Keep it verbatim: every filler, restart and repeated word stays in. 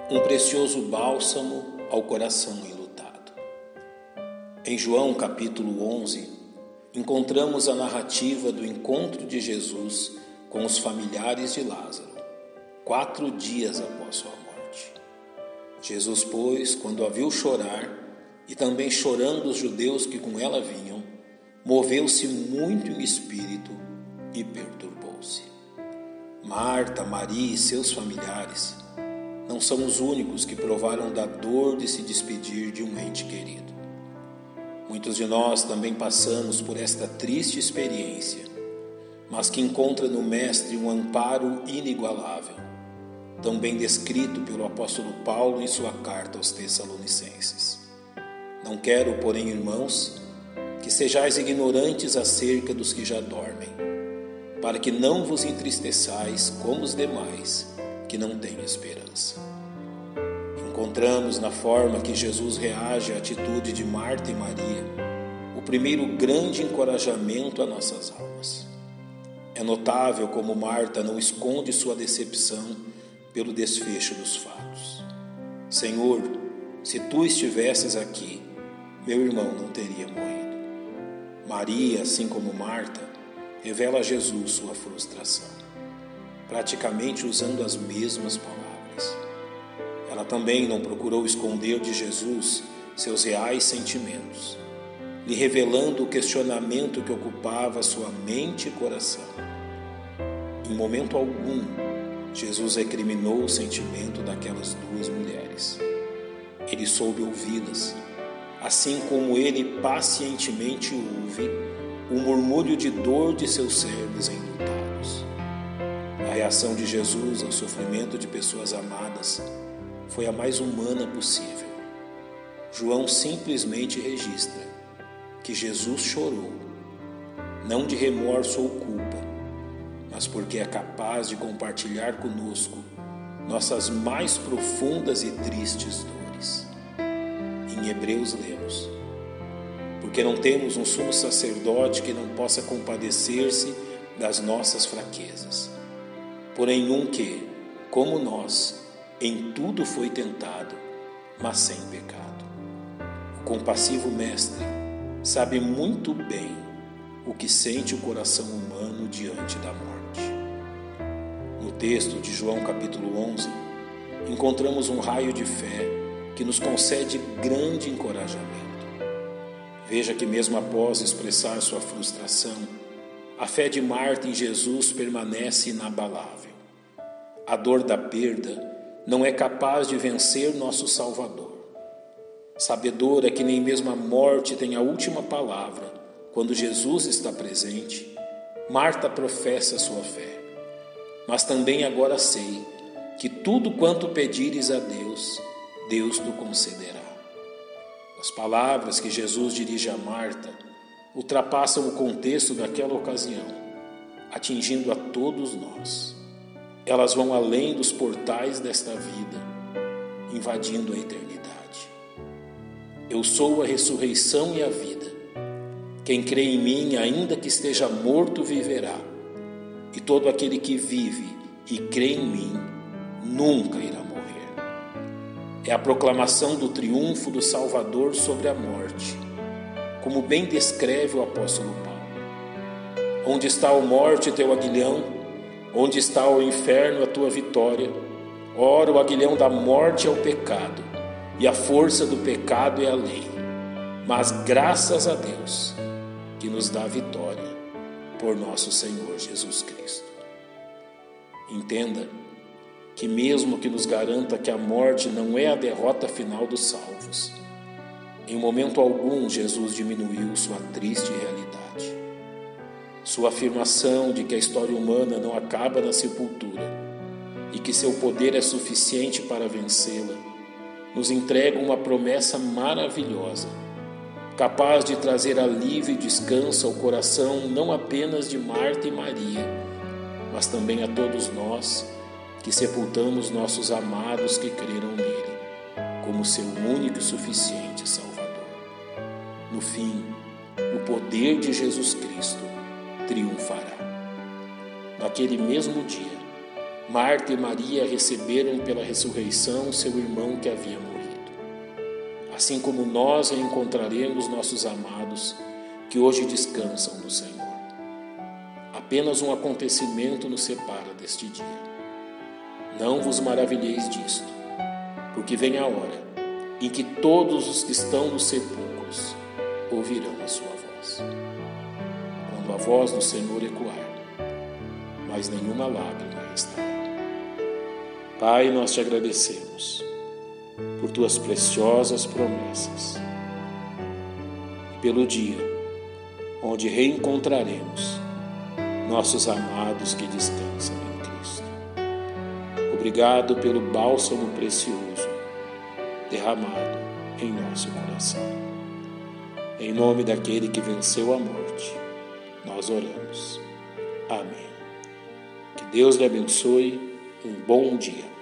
um precioso bálsamo ao coração enlutado. Em João capítulo onze, encontramos a narrativa do encontro de Jesus com os familiares de Lázaro, quatro dias após sua morte. Jesus, pois, quando a viu chorar, e também chorando os judeus que com ela vinham, moveu-se muito em espírito e perturbou-se. Marta, Maria e seus familiares não são os únicos que provaram da dor de se despedir de um ente querido. Muitos de nós também passamos por esta triste experiência, mas que encontra no Mestre um amparo inigualável, tão bem descrito pelo apóstolo Paulo em sua carta aos Tessalonicenses. Não quero, porém, irmãos, que sejais ignorantes acerca dos que já dormem, para que não vos entristeçais como os demais que não têm esperança. Encontramos na forma que Jesus reage à atitude de Marta e Maria o primeiro grande encorajamento a nossas almas. É notável como Marta não esconde sua decepção pelo desfecho dos fatos. Senhor, se tu estivesses aqui, meu irmão não teria morrido. Maria, assim como Marta, revela a Jesus sua frustração, praticamente usando as mesmas palavras. Ela também não procurou esconder de Jesus seus reais sentimentos, lhe revelando o questionamento que ocupava sua mente e coração. Em momento algum, Jesus recriminou o sentimento daquelas duas mulheres. Ele soube ouvi-las, assim como ele pacientemente ouve o murmúrio de dor de seus servos enlutados. A reação de Jesus ao sofrimento de pessoas amadas foi a mais humana possível. João simplesmente registra que Jesus chorou, não de remorso ou culpa, mas porque é capaz de compartilhar conosco nossas mais profundas e tristes dores. Em Hebreus lemos: porque não temos um sumo sacerdote que não possa compadecer-se das nossas fraquezas, porém um que, como nós, em tudo foi tentado, mas sem pecado. O compassivo Mestre sabe muito bem o que sente o coração humano diante da morte. No texto de João capítulo onze, encontramos um raio de fé que nos concede grande encorajamento. Veja que mesmo após expressar sua frustração, a fé de Marta em Jesus permanece inabalável. A dor da perda não é capaz de vencer nosso Salvador. Sabedora que nem mesmo a morte tem a última palavra quando Jesus está presente, Marta professa sua fé. Mas também agora sei que tudo quanto pedires a Deus, Deus te concederá. As palavras que Jesus dirige a Marta ultrapassam o contexto daquela ocasião, atingindo a todos nós. Elas vão além dos portais desta vida, invadindo a eternidade. Eu sou a ressurreição e a vida. Quem crê em mim, ainda que esteja morto, viverá. E todo aquele que vive e crê em mim, nunca irá morrer. É a proclamação do triunfo do Salvador sobre a morte, como bem descreve o apóstolo Paulo. Onde está, ó morte, teu aguilhão? Onde está, ó inferno, a tua vitória? Ora, o aguilhão da morte é o pecado, e a força do pecado é a lei. Mas graças a Deus, que nos dá a vitória por nosso Senhor Jesus Cristo. Entenda que mesmo que nos garanta que a morte não é a derrota final dos salvos, em momento algum Jesus diminuiu sua triste realidade. Sua afirmação de que a história humana não acaba na sepultura e que seu poder é suficiente para vencê-la, nos entrega uma promessa maravilhosa, capaz de trazer alívio e descanso ao coração não apenas de Marta e Maria, mas também a todos nós que sepultamos nossos amados que creram nele, como seu único e suficiente Salvador. No fim, o poder de Jesus Cristo triunfará. Naquele mesmo dia, Marta e Maria receberam pela ressurreição seu irmão que havia morrido. Assim como nós reencontraremos nossos amados que hoje descansam no Senhor. Apenas um acontecimento nos separa deste dia. Não vos maravilheis disto, porque vem a hora em que todos os que estão nos sepulcros ouvirão a sua voz. Quando a voz do Senhor ecoar, mas nenhuma lágrima restará. Pai, nós te agradecemos por tuas preciosas promessas e pelo dia onde reencontraremos nossos amados que descansam em Cristo. Obrigado pelo bálsamo precioso derramado em nosso coração. Em nome daquele que venceu a morte, nós oramos. Amém. Que Deus lhe abençoe. Um bom dia.